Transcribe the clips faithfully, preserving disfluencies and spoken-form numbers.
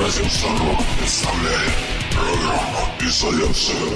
Радио Сорок представляет программу «Изоляция».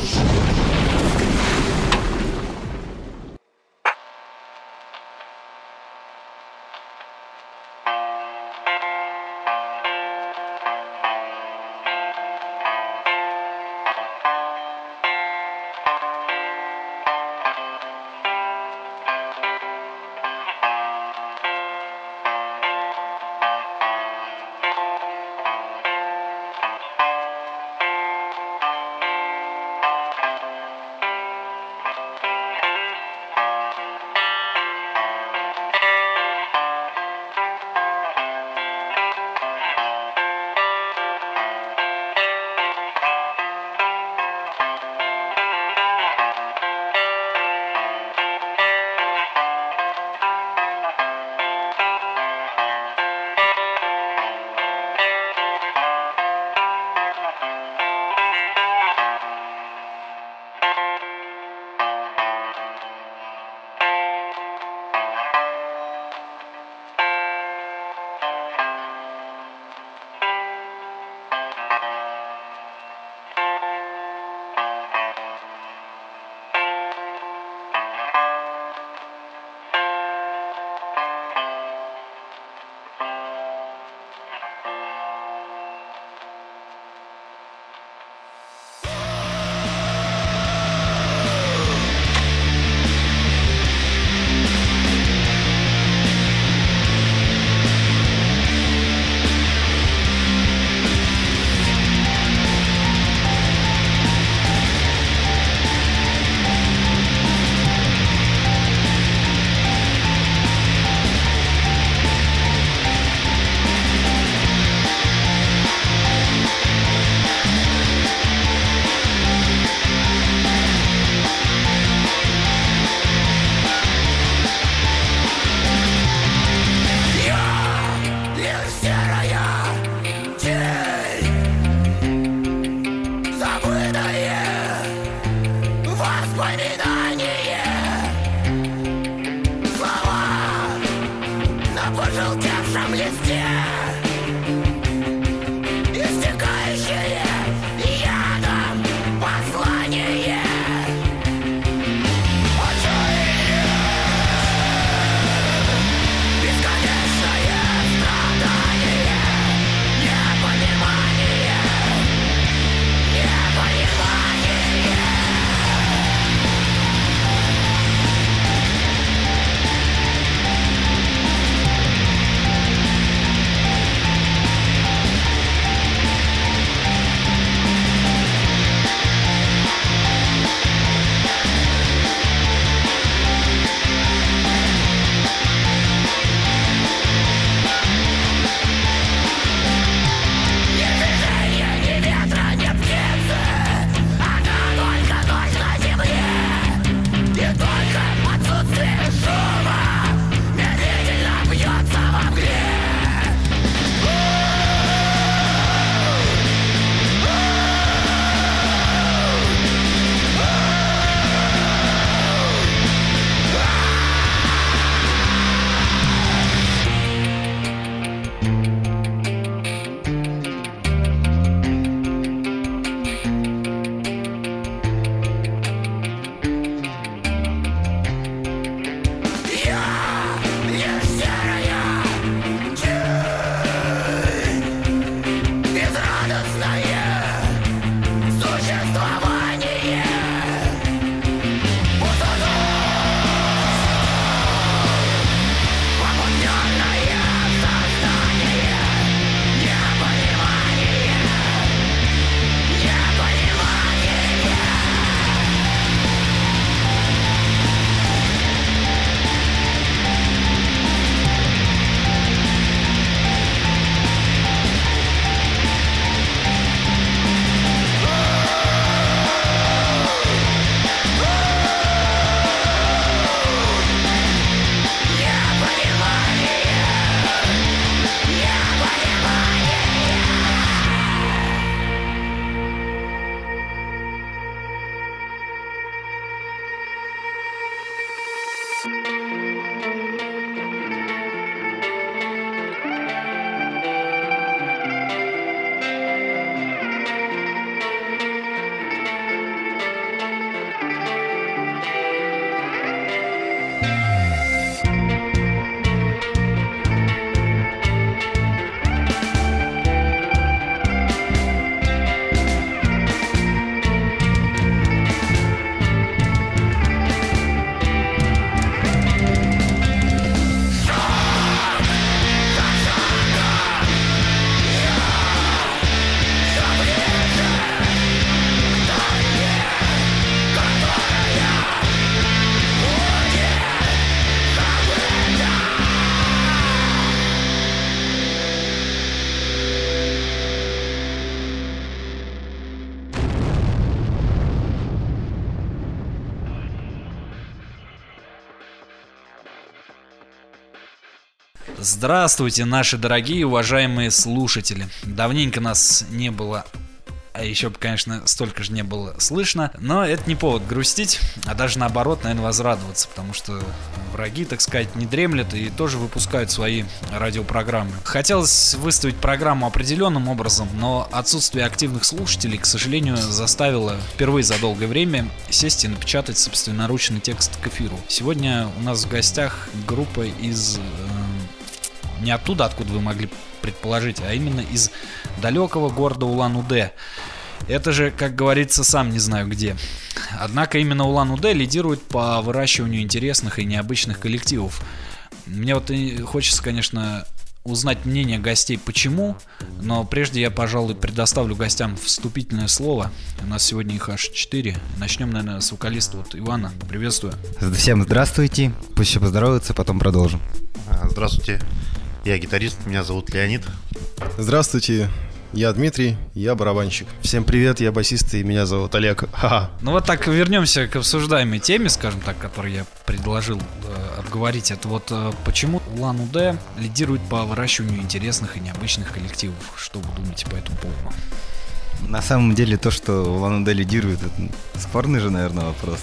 Здравствуйте, наши дорогие уважаемые слушатели. Давненько нас не было, а еще, конечно, столько же не было слышно. Но это не повод грустить, а даже наоборот, наверное, возрадоваться. Потому что враги, так сказать, не дремлят и тоже выпускают свои радиопрограммы. Хотелось выставить программу определенным образом, но отсутствие активных слушателей, к сожалению, заставило впервые за долгое время сесть и напечатать собственноручный текст к эфиру. Сегодня у нас в гостях группа из... Э, не оттуда, откуда вы могли предположить, а именно из далекого города Улан-Удэ. Это же, как говорится, сам не знаю где. Однако именно Улан-Удэ лидирует по выращиванию интересных и необычных коллективов. Мне вот и хочется, конечно, узнать мнение гостей почему, но прежде я, пожалуй, предоставлю гостям вступительное слово. У нас сегодня их аж четыре. Начнем, наверное, с вокалиста вот Ивана. Приветствую. Всем здравствуйте. Пусть все поздороваются, потом продолжим. Здравствуйте. Я гитарист, меня зовут Леонид. Здравствуйте, я Дмитрий, я барабанщик. Всем привет, я басист, и меня зовут Олег. Ха-ха. Ну вот так вернемся к обсуждаемой теме, скажем так, которую я предложил э, обговорить. Это вот э, почему Улан-Удэ лидирует по выращиванию интересных и необычных коллективов. Что вы думаете по этому поводу? На самом деле то, что Улан-Удэ лидирует, это спорный же, наверное, вопрос.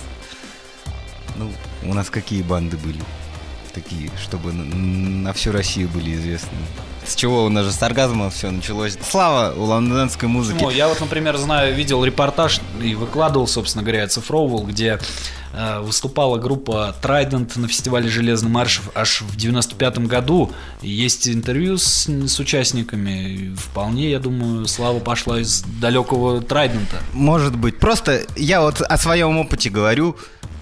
Ну, у нас какие банды были? Такие, чтобы на, на всю Россию были известны. С чего у нас же с оргазма все началось. Слава улан-удэнской музыки. Почему? Я вот, например, знаю, видел репортаж и выкладывал, собственно говоря, оцифровывал, где э, выступала группа Trident на фестивале «Железный марш» аж в девяносто пятом году. И есть интервью с, с участниками. И вполне, я думаю, слава пошла из далекого Trident. Может быть. Просто я вот о своем опыте говорю.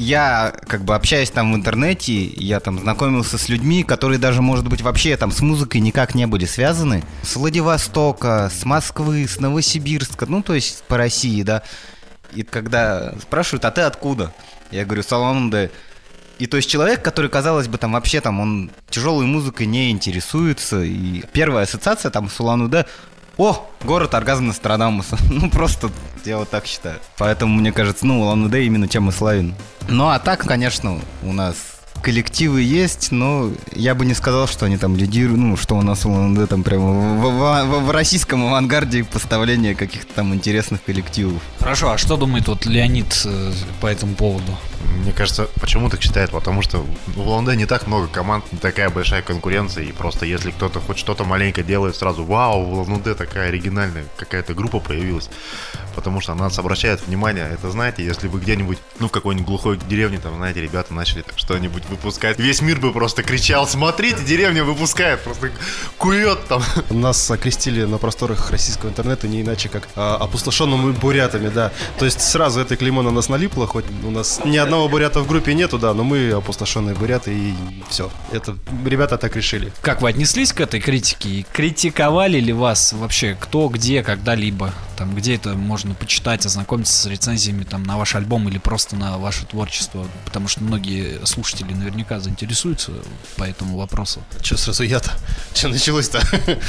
Я, как бы, общаясь там в интернете, я там знакомился с людьми, которые даже, может быть, вообще там с музыкой никак не были связаны. С Владивостока, с Москвы, с Новосибирска, ну, то есть по России, да. И когда спрашивают, а ты откуда? Я говорю, с Улан-Удэ. И то есть человек, который, казалось бы, там вообще там он тяжелой музыкой не интересуется. И первая ассоциация там с Улан-Удэ: о, город оргазм Нострадамуса. Ну, просто я вот так считаю. Поэтому, мне кажется, ну, Улан-Удэ именно чем и славен. Ну, а так, конечно, у нас коллективы есть, но я бы не сказал, что они там лидируют, ну, что у нас Улан-Удэ там прямо в, в, в, в российском авангарде поставления каких-то там интересных коллективов. Хорошо, а что думает вот Леонид э, по этому поводу? Мне кажется, почему так считает? Потому что в Улан-Удэ не так много команд, не такая большая конкуренция, и просто если кто-то хоть что-то маленькое делает, сразу вау, в Улан-Удэ такая оригинальная какая-то группа появилась. Потому что на нас обращает внимание. Это, знаете, если вы где-нибудь, ну, в какой-нибудь глухой деревне, там, знаете, ребята начали что-нибудь выпускать, весь мир бы просто кричал: смотрите, деревня выпускает, просто кует там. Нас окрестили на просторах российского интернета не иначе как а, опустошенными бурятами, да. То есть сразу это клеймо на нас налипло, хоть у нас ни одного бурята в группе нету, да, но мы опустошенные буряты, и все. Это ребята так решили. Как вы отнеслись к этой критике? И критиковали ли вас вообще кто, где, когда-либо? Там, где это можно почитать, ознакомиться с рецензиями там, на ваш альбом или просто на ваше творчество? Потому что многие слушатели наверняка заинтересуются по этому вопросу. Че сразу я-то? Че началось-то?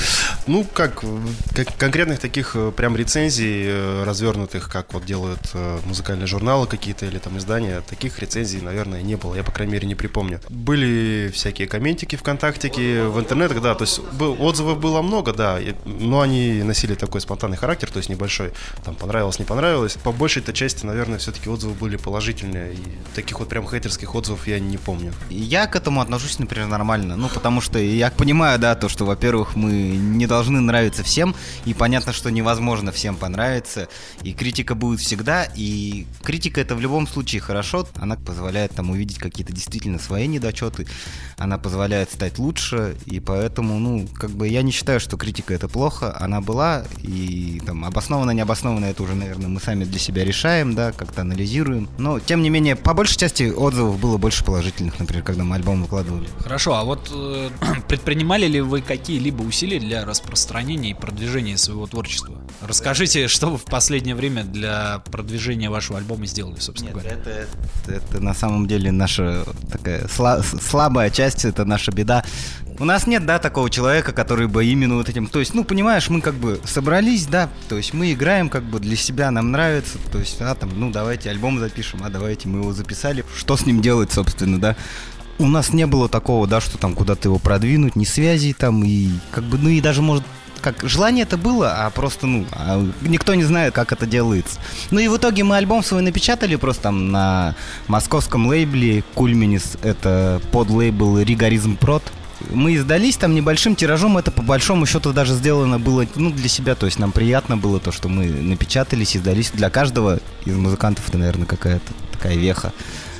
Ну, как, как конкретных таких прям рецензий развернутых, как вот делают музыкальные журналы какие-то или там издания, таких рецензий, наверное, не было. Я, по крайней мере, не припомню. Были всякие комментики ВКонтактике, в интернетах, да, то есть был, отзывов было много, да, но они носили такой спонтанный характер, то есть небольшой, там понравилось, не понравилось. По большей-то части, наверное, все-таки отзывы были положительные, и таких вот прям хейтерских отзывов я не помню. Я к этому отношусь, например, нормально, ну, потому что я понимаю, да, то, что, во-первых, мы не должны нравиться всем, и понятно, что невозможно всем понравиться, и критика будет всегда, и критика — это в любом случае хорошо, она позволяет там увидеть какие-то действительно свои недочеты, она позволяет стать лучше, и поэтому, ну, как бы я не считаю, что критика — это плохо, она была, и там обоснованно, необоснованно, это уже, наверное, мы сами для себя решаем, да, как-то анализируем, но, тем не менее, по большей части отзывов было больше положительных, например, когда мы альбом выкладывали. Хорошо, а вот э, предпринимали ли вы какие-либо усилия для распространения и продвижения своего творчества? Расскажите, что вы в последнее время для продвижения вашего альбома сделали, собственно Нет, говоря. Это, это, это на самом деле наша такая сла- слабая часть, это наша беда. У нас нет, да, такого человека, который бы именно вот этим... То есть, ну, понимаешь, мы как бы собрались, да, то есть мы играем как бы для себя, нам нравится, то есть, а, там, ну, давайте альбом запишем, а давайте мы его записали. Что с ним делать, собственно, да? у нас не было такого, да, что там куда-то его продвинуть, ни связей там, и как бы, ну и даже, может, как желание это было, а просто, ну, а никто не знает, как это делается. Ну и в итоге мы альбом свой напечатали просто там на московском лейбле Кульминис, это подлейбл Ригоризм Прод. Мы издались там небольшим тиражом, это по большому счету даже сделано было, ну, для себя, то есть нам приятно было то, что мы напечатались, издались. Для каждого из музыкантов это, наверное, какая-то такая веха.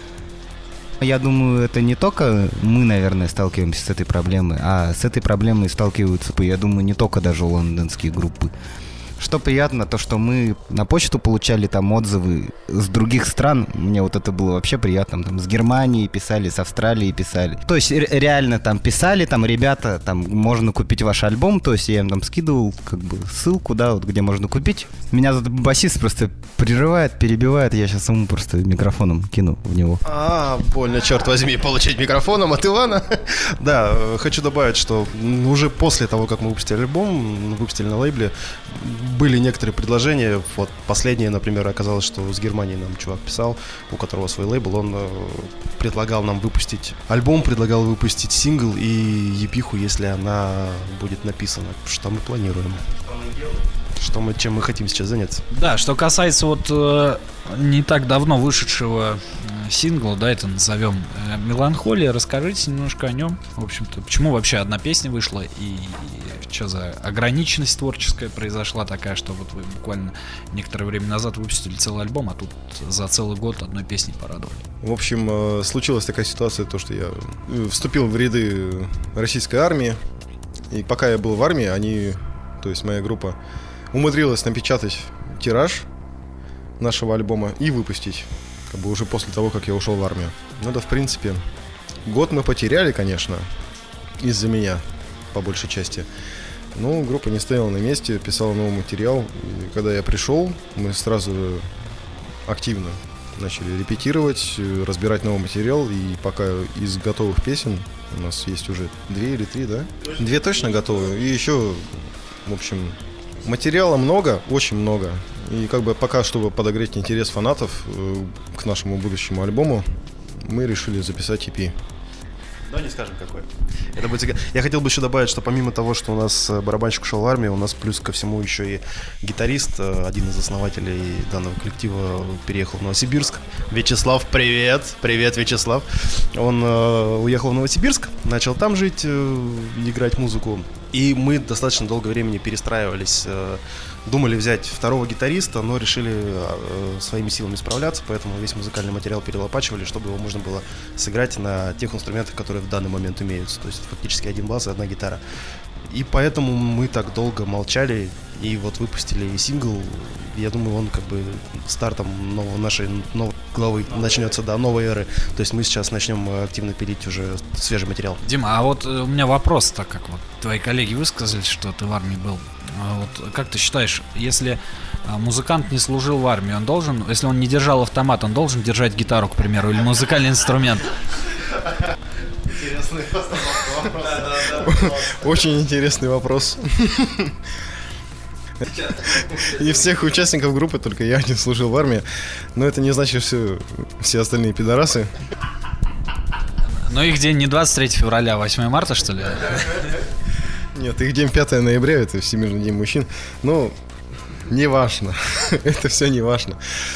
Я думаю, это не только мы, наверное, сталкиваемся с этой проблемой, а с этой проблемой сталкиваются, я думаю, не только даже лондонские группы. Что приятно, то, что мы на почту получали там отзывы с других стран. Мне вот это было вообще приятно. Там с Германии писали, с Австралии писали. То есть ре- реально там писали, там, ребята, там, можно купить ваш альбом. То есть я им там скидывал, как бы, ссылку, да, вот где можно купить. Меня тут басист просто прерывает, перебивает. Я сейчас ему просто микрофоном кину в него. А, больно, черт возьми, получить микрофоном от Ивана. Да, хочу добавить, что уже после того, как мы выпустили альбом, выпустили на лейбле, были некоторые предложения. Вот последнее, например, оказалось, что с Германии нам чувак писал, у которого свой лейбл. Он э, предлагал нам выпустить альбом, предлагал выпустить сингл и епиху, если она будет написана. Что мы планируем. Что мы, чем мы хотим сейчас заняться. Да, что касается вот э, не так давно вышедшего э, сингла, да, это назовем э, «Меланхолия», расскажите немножко о нем. В общем-то, почему вообще одна песня вышла и, и что за ограниченность творческая произошла такая, что вот вы буквально некоторое время назад выпустили целый альбом, а тут за целый год одной песней порадовали. В общем, случилась такая ситуация, то, что я вступил в ряды российской армии, и пока я был в армии, они, то есть моя группа, умудрилась напечатать тираж нашего альбома и выпустить, как бы уже после того, как я ушел в армию. Ну да, в принципе, год мы потеряли, конечно, из-за меня, по большей части. Но группа не стояла на месте, писала новый материал. И когда я пришел, мы сразу активно начали репетировать, разбирать новый материал. И пока из готовых песен, у нас есть уже две или три, да? Две точно готовы. И еще, в общем, материала много, очень много. И как бы пока, чтобы подогреть интерес фанатов э, к нашему будущему альбому, мы решили записать и пи. Но не скажем какой. Это будет... Я хотел бы еще добавить, что помимо того, что у нас барабанщик ушел в армию, у нас плюс ко всему еще и гитарист, один из основателей данного коллектива, переехал в Новосибирск. Вячеслав, привет! Привет, Вячеслав! Он э, уехал в Новосибирск, начал там жить, э, играть музыку. И мы достаточно долгое времени перестраивались. Э, думали взять второго гитариста, но решили э, своими силами справляться, поэтому весь музыкальный материал перелопачивали, чтобы его можно было сыграть на тех инструментах, которые в данный момент имеются. То есть фактически один бас и одна гитара. И поэтому мы так долго молчали и вот выпустили сингл. Я думаю, он как бы стартом нового, нашей новой главы начнется, да, новой эры. То есть мы сейчас начнем активно пилить уже свежий материал. Дима, а вот у меня вопрос, так как вот твои коллеги высказали, что ты в армии был. А вот как ты считаешь, если музыкант не служил в армии, он должен, если он не держал автомат, он должен держать гитару, к примеру, или музыкальный инструмент? Интересный вопрос. Очень интересный вопрос. И всех участников группы, только я не служил в армии. Но это не значит, что все остальные пидорасы. Но их день не двадцать третьего февраля, а восьмое марта, что ли? Нет, их день пятое ноября, это Всемирный день мужчин. Но не важно. Это все не важно.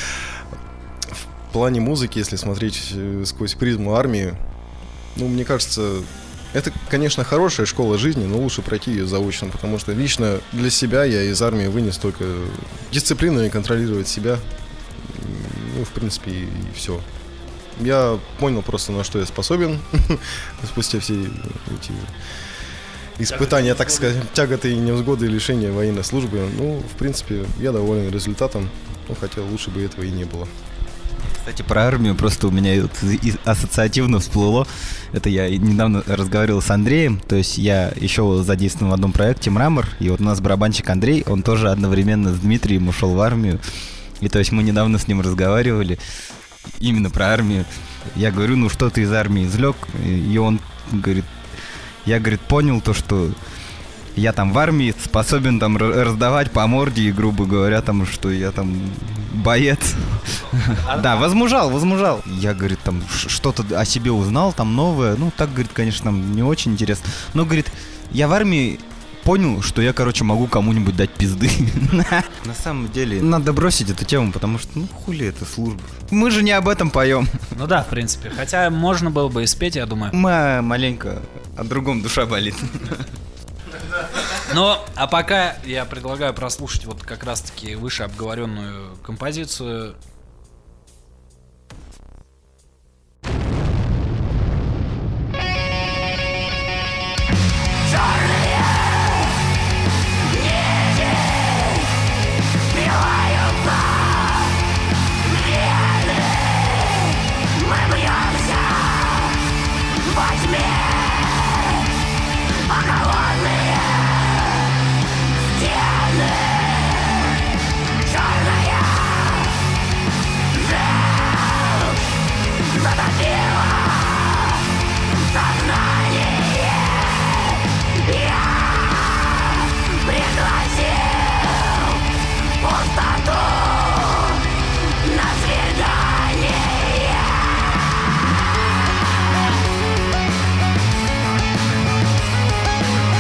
В плане музыки, если смотреть сквозь призму армии, ну, мне кажется, это, конечно, хорошая школа жизни, но лучше пройти ее заочно, потому что лично для себя я из армии вынес только дисциплину и контролировать себя. Ну, в принципе, и, и все. Я понял просто, на что я способен спустя все эти испытания, так сказать, тяготы и невзгоды и лишения военной службы. Ну, в принципе, я доволен результатом, ну, хотя лучше бы этого и не было. Кстати, про армию просто у меня вот ассоциативно всплыло. Это я недавно разговаривал с Андреем. То есть я еще задействован в одном проекте «Мрамор». И вот у нас барабанщик Андрей, он тоже одновременно с Дмитрием ушел в армию. И то есть мы недавно с ним разговаривали именно про армию. Я говорю, ну что ты из армии извлек? И он говорит, я, говорит, понял то, что я там в армии способен там раздавать по морде, и, грубо говоря, там, что я там боец. Да, возмужал, возмужал. Я, говорит, там ш- что-то о себе узнал, там новое. Ну, так, говорит, конечно, нам не очень интересно. Но, говорит, я в армии понял, что я, короче, могу кому-нибудь дать пизды. На самом деле, надо бросить эту тему, потому что, ну, хули это служба. Мы же не об этом поем. Ну да, в принципе. Хотя можно было бы и спеть, я думаю. Мы маленько о другом душа болит. Ну, а пока я предлагаю прослушать вот как раз-таки выше обговоренную композицию. Пустоту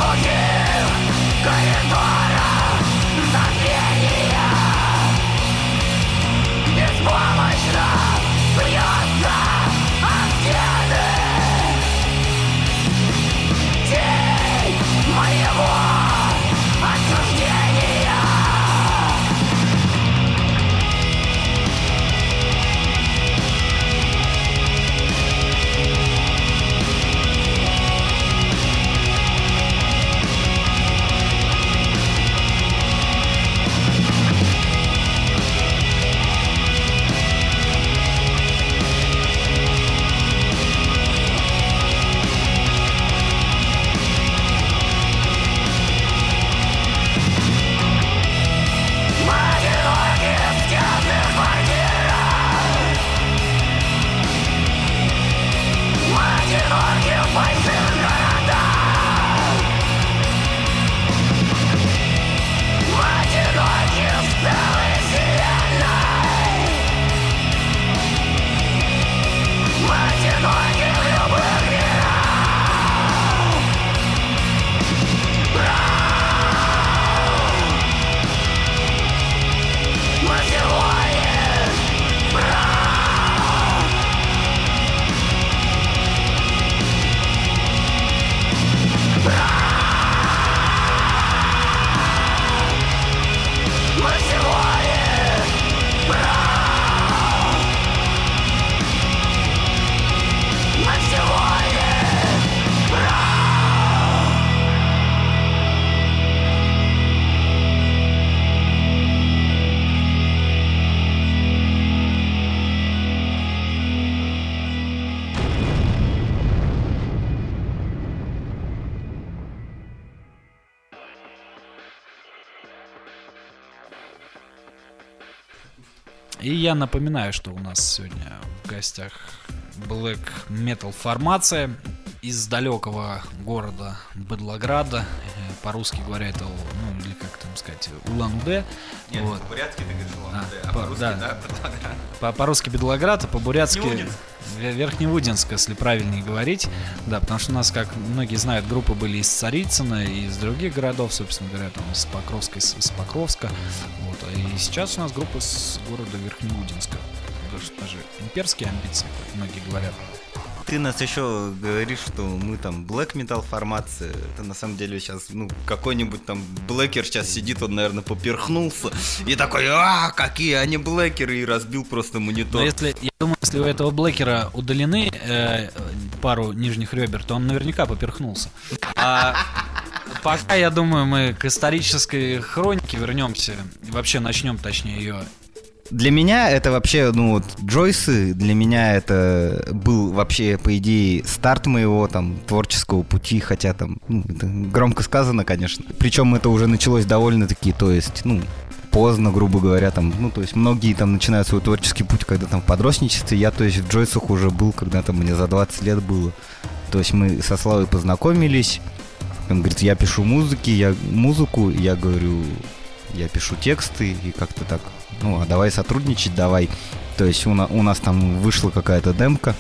И я напоминаю, что у нас сегодня в гостях Black Metal формация из далекого города Быдлограда. По-русски говоря, это, ну, или как там сказать, Улан-Удэ. Нет, вот. по-бурятски ты говоришь Улан-Удэ, а, а а по-русски, да, да, Быдлоград. По- по-русски Бедлоград, а по-бурятски Верхнеудинск. Верхнеудинск, если правильнее говорить. Да, потому что у нас, как многие знают, группы были из Царицына и из других городов, собственно говоря, там из Покровска, из, из Покровска. Вот. И сейчас у нас группа с города Верхнеудинска. Даже, даже имперские амбиции, как многие говорят. Ты нас еще говоришь, что мы там Black Metal формация. Это на самом деле сейчас, ну, какой-нибудь там блэкер сейчас сидит, он, наверное, поперхнулся. И такой, а, какие они блэкеры, и разбил просто монитор. Но если, я думаю, если у этого блэкера удалены э, пару нижних ребер, то он наверняка поперхнулся. А пока, я думаю, мы к исторической хронике вернемся. И вообще начнем, точнее, ее. Для меня это вообще, ну вот, Джойсы, для меня это был вообще, по идее, старт моего там творческого пути, хотя там, ну, это громко сказано, конечно. Причем это уже началось довольно-таки, то есть, ну, поздно, грубо говоря, там, ну, то есть многие там начинают свой творческий путь, когда там в подростничестве, я, то есть, в Джойсах уже был, когда там мне за двадцать лет было. То есть мы со Славой познакомились, он говорит, я пишу музыки, я музыку, я говорю, я пишу тексты, и как-то так, ну, а давай сотрудничать, давай. То есть у, на, у нас там вышла какая-то демка.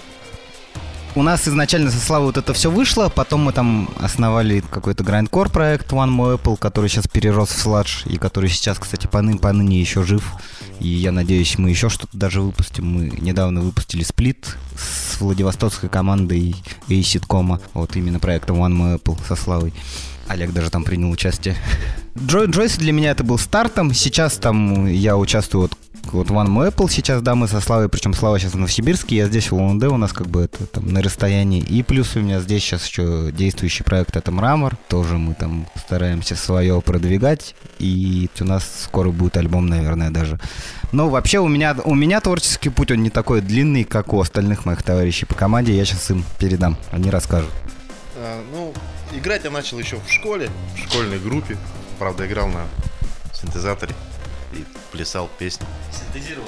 У нас изначально со Славой вот это все вышло, потом мы там основали какой-то грайндкор проект One More Apple, который сейчас перерос в Sledge, и который сейчас, кстати, поны- поныне еще жив. И я надеюсь, мы еще что-то даже выпустим. Мы недавно выпустили сплит с владивостокской командой Эйситкома, вот именно проектом One More Apple со Славой. Олег даже там принял участие. Джой, Джойс для меня это был стартом. Сейчас там я участвую вот, вот One More Apple сейчас, да, мы со Славой, причем Слава сейчас в Новосибирске, я здесь в Улан-Удэ, у нас как бы это там на расстоянии. И плюс у меня здесь сейчас еще действующий проект, это Мрамор. Тоже мы там стараемся свое продвигать. И у нас скоро будет альбом, наверное, даже. Но вообще у меня, у меня творческий путь, он не такой длинный, как у остальных моих товарищей по команде. Я сейчас им передам, они расскажут. А, ну, играть я начал еще в школе, в школьной группе. Правда, играл на синтезаторе и плясал песни. Синтезировал?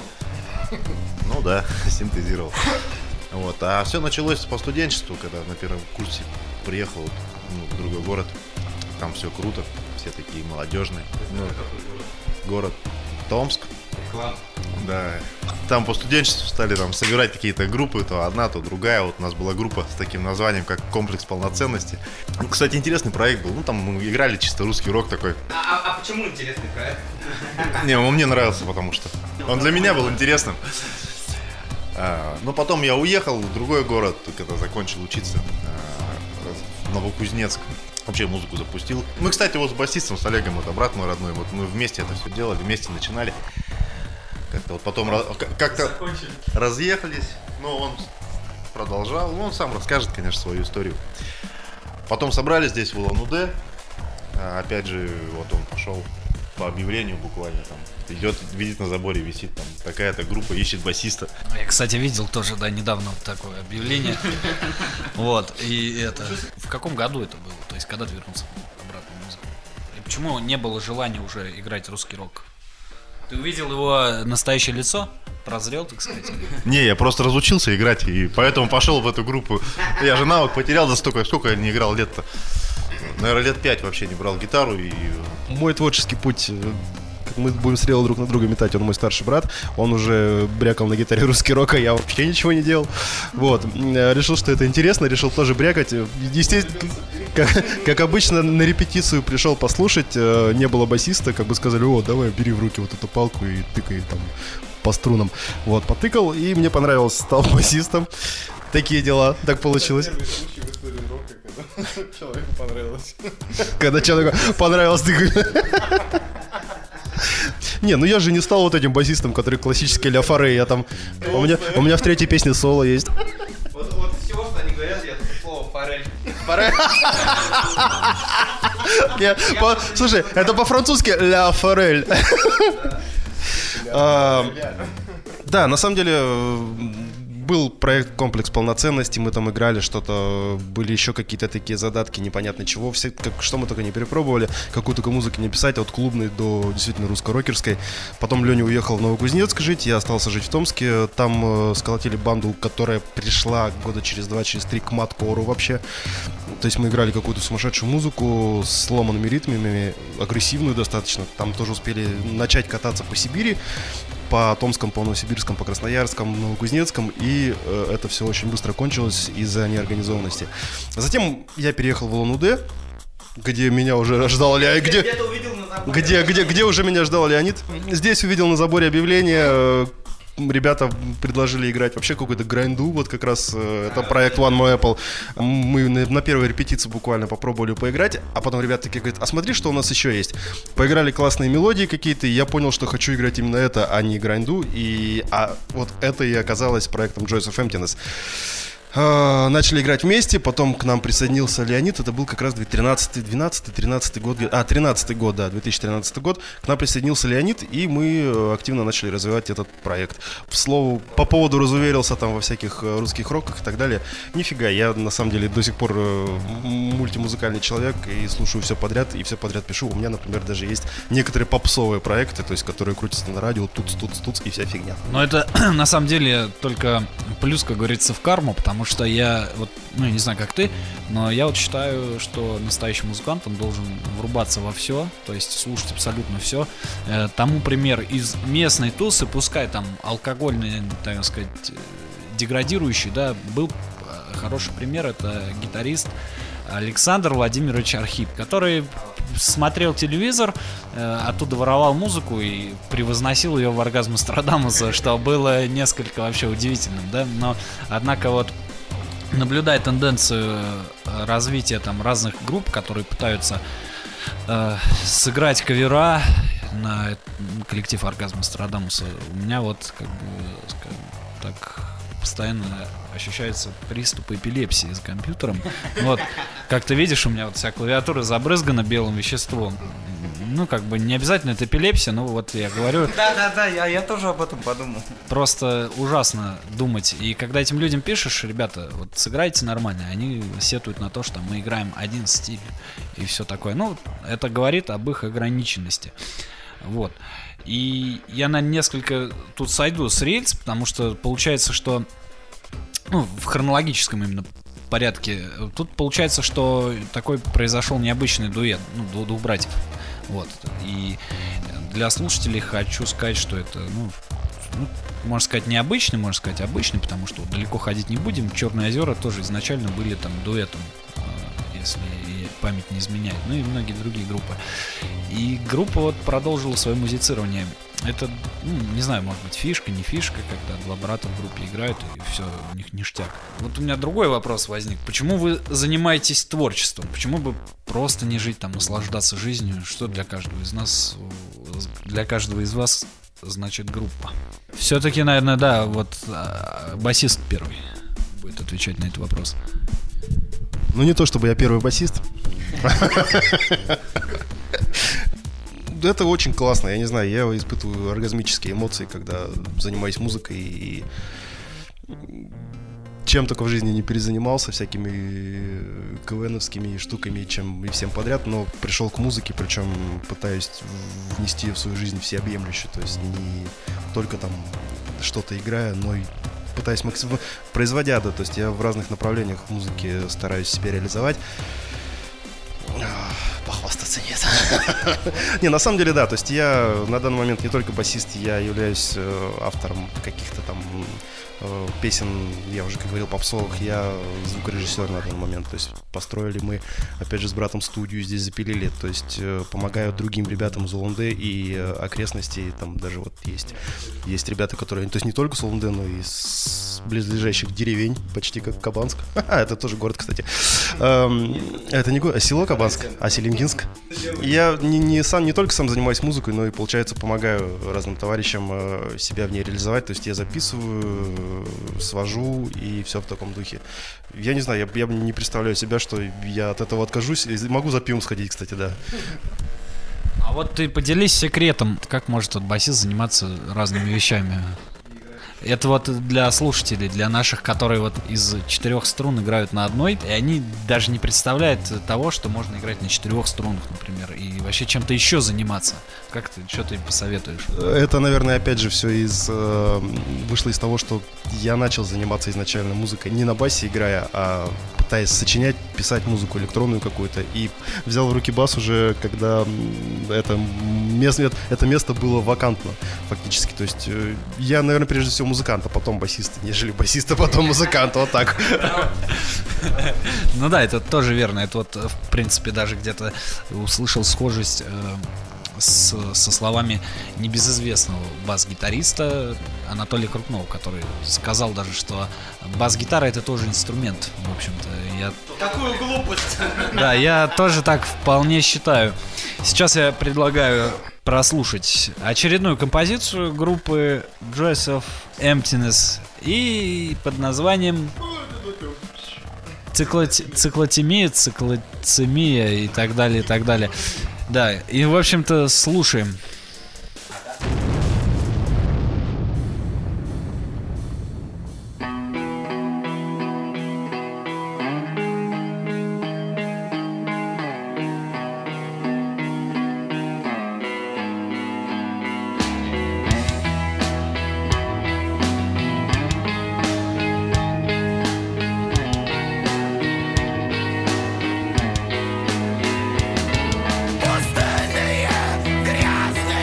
Ну да, синтезировал. Вот. А все началось по студенчеству, когда на первом курсе приехал ну, в другой город. Там все круто, все такие молодежные. Ну, город Томск. Да. Там по студенчеству стали там собирать какие-то группы, то одна, то другая. Вот у нас была группа с таким названием, как «Комплекс полноценности». Ну, кстати, интересный проект был. Ну, там мы играли чисто русский рок такой. А, а почему интересный проект? Не, он мне нравился, потому что он для меня был интересным. А, но потом я уехал в другой город, когда закончил учиться, а, в Новокузнецк. Вообще музыку запустил. Мы, кстати, вот с басистом, с Олегом, вот брат мой родной, вот мы вместе это все делали, вместе начинали. Как-то вот потом раз, как-то разъехались, но он продолжал. Ну, он сам расскажет, конечно, свою историю. Потом собрались здесь в Улан-Удэ. А, опять же, вот он пошел по объявлению буквально там. Идет, видит на заборе, висит там такая-то группа, ищет басиста. Я, кстати, видел тоже, да, недавно вот такое объявление. Вот, и это... В каком году это было? То есть, когда ты вернулся обратно в музыку? И почему не было желания уже играть русский рок? Ты увидел его настоящее лицо? Прозрел, так сказать? Не, я просто разучился играть, и поэтому пошел в эту группу. Я же навык потерял за столько, сколько я не играл лет-то. Наверное, лет пять вообще не брал гитару и... Мой творческий путь... Мы будем стрелы друг на друга метать, он мой старший брат. Он уже брякал на гитаре русский рок, а я вообще ничего не делал. Вот. Решил, что это интересно, решил тоже брякать. Естественно, как, как обычно, на репетицию пришел послушать. Не было басиста, как бы сказали: о, давай, бери в руки вот эту палку и тыкай там по струнам. Вот, потыкал, и мне понравилось, стал басистом. Такие дела, так получилось. Человеку понравилось. Когда человеку понравилось, ты... Не, ну я же не стал вот этим басистом, который классический ля форе. Я там... У меня, у меня в третьей песне соло есть. Вот, вот из всего, что они говорят, я только слово форель. Форель? Слушай, это по-французски ля форель. Да, на самом деле... Был проект «Комплекс полноценности», мы там играли что-то, были еще какие-то такие задатки, непонятно чего, все, как, что мы только не перепробовали, какую только музыку не писать, от клубной до действительно русско-рокерской. Потом Леня уехал в Новокузнецк жить, я остался жить в Томске, там э, сколотили банду, которая пришла года через два, через три к маткору вообще. То есть мы играли какую-то сумасшедшую музыку с сломанными ритмами, агрессивную достаточно, там тоже успели начать кататься по Сибири, по Томскому, по Новосибирскому, по Красноярскому, Новокузнецкому, и э, это все очень быстро кончилось из-за неорганизованности. Затем я переехал в Улан-Удэ, где меня уже ждал Леонид. Где, где, где, где уже меня ждал Леонид. Здесь увидел на заборе объявление. Ребята предложили играть вообще какой-то грайнду, вот как раз э, это проект One More Apple. Мы на, на первой репетиции буквально попробовали поиграть, а потом ребята такие говорят: а смотри, что у нас еще есть. Поиграли классные мелодии какие-то, и я понял, что хочу играть именно это, а не грайнду, и а вот это и оказалось проектом Joys of Emptiness. Начали играть вместе, потом к нам присоединился Леонид, это был как раз тринадцатый, двенадцатый, тринадцатый год, а, тринадцатый год, да, две тысячи тринадцатый год, к нам присоединился Леонид, и мы активно начали развивать этот проект. К слову, по поводу разуверился там во всяких русских роках и так далее, нифига, я на самом деле до сих пор мультимузыкальный человек и слушаю все подряд, и все подряд пишу. У меня, например, даже есть некоторые попсовые проекты, то есть, которые крутятся на радио, туц-туц-туц и вся фигня. Но это на самом деле только плюс, как говорится, в карму, потому что я вот, ну, не знаю, как ты, но я вот считаю, что настоящий музыкант, он должен врубаться во все, то есть слушать абсолютно все. Э, тому пример из местной тусы, пускай там алкогольный, так сказать, деградирующий, да, был хороший пример, это гитарист Александр Владимирович Архип, который смотрел телевизор, э, оттуда воровал музыку и превозносил ее в оргазм Нострадамуса, что было несколько вообще удивительным, да, но однако вот наблюдая тенденцию развития там разных групп, которые пытаются э, сыграть кавера на коллектив оргазм Нострадамуса, у меня вот как бы, скажем, так постоянно ощущаются приступы эпилепсии за компьютером. Вот, как ты видишь, у меня вот вся клавиатура забрызгана белым веществом. Ну, как бы не обязательно это эпилепсия, но вот я говорю... Да-да-да, я, я тоже об этом подумал. Просто ужасно думать. И когда этим людям пишешь: ребята, вот сыграйте нормально, они сетуют на то, что мы играем один стиль и все такое. Ну, это говорит об их ограниченности. Вот. И я на несколько тут сойду с рельс, потому что получается, что... Ну, в хронологическом именно порядке. Тут получается, что такой произошел необычный дуэт, ну, двух братьев. Вот. И для слушателей хочу сказать, что это, ну, ну, можно сказать, необычный, можно сказать, обычный, потому что далеко ходить не будем. «Черные озера» тоже изначально были там дуэтом, если память не изменяет, ну и многие другие группы. И группа вот продолжила свое музицирование. Это, ну, не знаю, может быть, фишка, не фишка, когда два брата в группе играют, и все, у них ништяк. Вот у меня другой вопрос возник. Почему вы занимаетесь творчеством? Почему бы просто не жить там, наслаждаться жизнью? Что для каждого из нас, для каждого из вас значит группа? Все-таки, наверное, да, вот басист первый будет отвечать на этот вопрос. Ну, не то чтобы я первый басист. Это очень классно, я не знаю, я испытываю оргазмические эмоции, когда занимаюсь музыкой и чем только в жизни не перезанимался, всякими КВНовскими штуками, чем и всем подряд, но пришел к музыке, причем пытаюсь внести в свою жизнь всеобъемлюще, то есть не только там что-то играя, но и пытаюсь максимально производя, да, то есть я в разных направлениях музыки стараюсь себя реализовать. Похвастаться нет. Не, на самом деле, да, то есть я на данный момент не только басист, я являюсь автором каких-то там песен, я уже как говорил, попсовых, я звукорежиссер на данный момент, то есть построили мы, опять же, с братом студию здесь запилили, то есть помогаю другим ребятам из Улан-Удэ и окрестностей, там даже вот есть, есть ребята, которые, то есть не только с Улан-Удэ, но и с близлежащих деревень, почти как Кабанск, а, это тоже город, кстати, это не город, а село Кабанск, а Селингинск. Я не, не, сам, не только сам занимаюсь музыкой, но и, получается, помогаю разным товарищам себя в ней реализовать, то есть я записываю, свожу и все в таком духе. Я не знаю, я, я не представляю себя, что я от этого откажусь. Могу за пивом сходить, кстати, да. А вот ты поделись секретом, как может вот басист заниматься разными вещами? Это вот для слушателей, для наших, которые вот из четырех струн играют на одной, и они даже не представляют того, что можно играть на четырех струнах, например, и вообще чем-то еще заниматься. Как ты, что ты посоветуешь? Это, наверное, опять же все из э, вышло из того, что я начал заниматься изначально музыкой не на басе играя, а пытаясь сочинять, писать музыку электронную какую-то, и взял в руки бас уже, когда это место, это место было вакантно фактически. То есть э, я, наверное, прежде всего музыкант, а потом басист, нежели басист, а потом музыкант, вот так. Ну да, это тоже верно. Это вот, в принципе, даже где-то услышал схожесть э, с, со словами небезызвестного бас-гитариста Анатолия Крупнова, который сказал даже, что бас-гитара — это тоже инструмент, в общем-то. Я... Какую глупость! Да, я тоже так вполне считаю. Сейчас я предлагаю прослушать очередную композицию группы Joys of Emptiness и под названием циклоти... циклотемия, циклоцемия и так далее, и так далее. Да, и в общем-то слушаем. Пустынные, грязные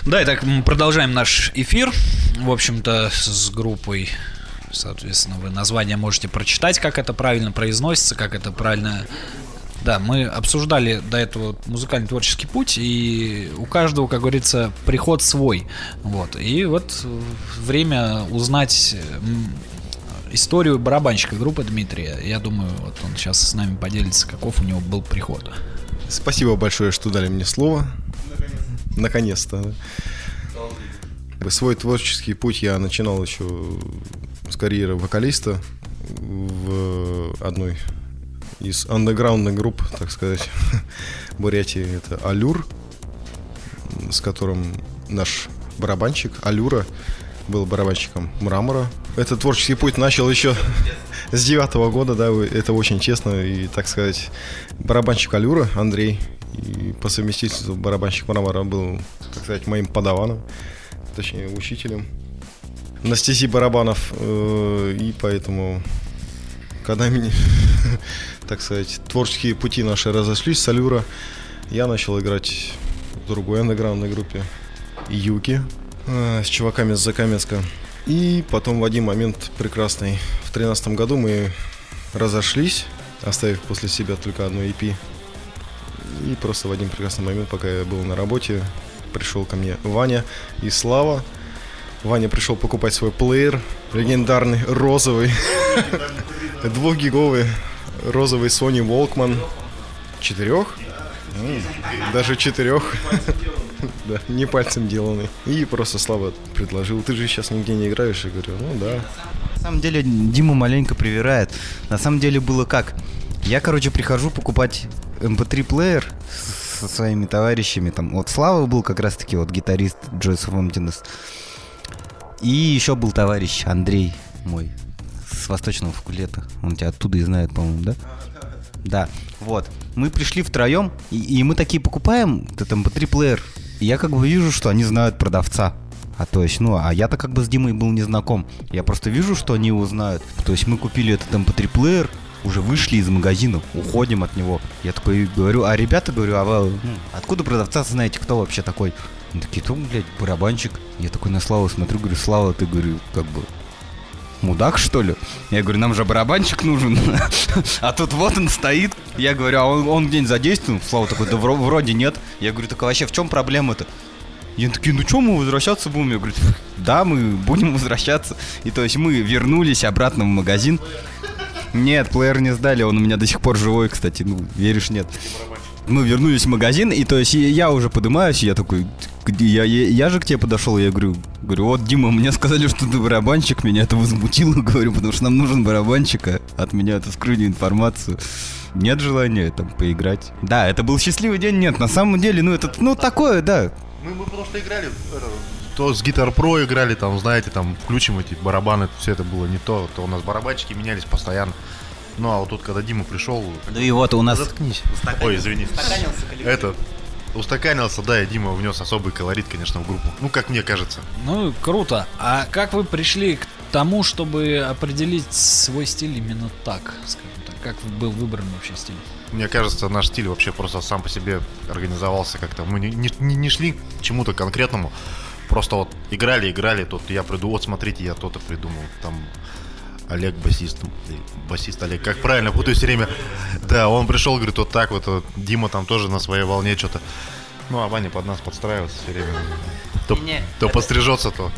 Да, итак, мы продолжаем наш эфир. В общем-то, с группой, соответственно, вы название можете прочитать, как это правильно произносится, как это правильно... Да, мы обсуждали до этого музыкальный творческий путь, и у каждого, как говорится, приход свой. Вот. И вот время узнать историю барабанщика группы Дмитрия. Я думаю, вот он сейчас с нами поделится, каков у него был приход. Спасибо большое, что дали мне слово. Наконец-то. Да. Свой творческий путь я начинал еще с карьеры вокалиста в одной из андеграундных групп, так сказать, в Бурятии. Это Алюр, с которым наш барабанщик Алюра был барабанщиком Мрамора. Этот творческий путь начал еще с девятого года, да, это очень честно. И, так сказать, барабанщик Алюра Андрей, и по совместительству барабанщик Мрамора был, так сказать, моим подаваном, точнее, учителем на стези барабанов. И поэтому, когда меня, так сказать, творческие пути наши разошлись с Алюра, я начал играть в другой андеграундной группе Юки с чуваками с Закаменска. И потом в один момент прекрасный, в тринадцатом году мы разошлись, оставив после себя только одно и пи. И просто в один прекрасный момент, пока я был на работе, пришел ко мне Ваня и Слава. Ваня пришел покупать свой плеер, легендарный, розовый, двухгиговый розовый Sony Walkman. Четырех? Даже четырех. Да, не пальцем деланный. И просто Слава предложил: ты же сейчас нигде не играешь. Я говорю: ну да. На самом деле Дима маленько привирает. На самом деле было как? Я, короче, прихожу покупать эм пэ три плеер со своими товарищами. Там вот Слава был как раз-таки вот гитарист Joys of Emptiness. И еще был товарищ Андрей мой с Восточного факультета. Он тебя оттуда и знает, по-моему, да? Да, вот. Мы пришли втроем, и, и мы такие покупаем этот эм пэ три плеер. И я как бы вижу, что они знают продавца. А то есть, ну, а я-то как бы с Димой был не знаком. Я просто вижу, что они его знают. То есть мы купили этот эм пэ три плеер, уже вышли из магазина, уходим от него. Я такой говорю: а ребята, говорю, а вы, ну, откуда продавца знаете, кто вообще такой? Они такие: ну, блядь, барабанщик. Я такой на Славу смотрю, говорю: Слава, ты, говорю, как бы мудак, что ли? Я говорю: нам же барабанщик нужен. А тут вот он стоит. Я говорю: а он, он где-нибудь задействован? Слава такой: да вроде нет. Я говорю: так а вообще в чем проблема-то? И они такие: ну что, мы возвращаться будем? Я говорю: да, мы будем возвращаться. И то есть мы вернулись обратно в магазин. Нет, плеер не сдали, он у меня до сих пор живой, кстати, ну, веришь, нет. Мы вернулись в магазин, и то есть я уже поднимаюсь, и я такой: я, я, я же к тебе подошел, я говорю, говорю: вот, Дима, мне сказали, что ты барабанщик, меня это возмутило, говорю, потому что нам нужен барабанщик, а от меня это скрыли информацию. Нет желания там поиграть. Да, это был счастливый день, нет, на самом деле, ну, это, ну, такое, да. Мы, мы потому что играли, то с Guitar Pro играли, там, знаете, там, включим эти барабаны, все это было не то, то у нас барабанщики менялись постоянно. Ну, а вот тут, когда Дима пришел... Ну и вот у нас... Заткнись. Ой, извини. Устаканился коллектив. Это... Устаканился, да, и Дима внес особый колорит, конечно, в группу. Ну, как мне кажется. Ну, круто. А как вы пришли к тому, чтобы определить свой стиль именно так, скажем так? Как был выбран вообще стиль? Мне кажется, наш стиль вообще просто сам по себе организовался как-то. Мы не, не, не шли к чему-то конкретному. Просто вот играли, играли, тут я приду, вот смотрите, я то-то придумал. Там Олег басист, басист Олег, как правильно, путаю все время. Да, он пришел, говорит, вот так вот, вот Дима там тоже на своей волне что-то. Ну, а Ваня под нас подстраивается все время. То, не, то это... пострижется, то,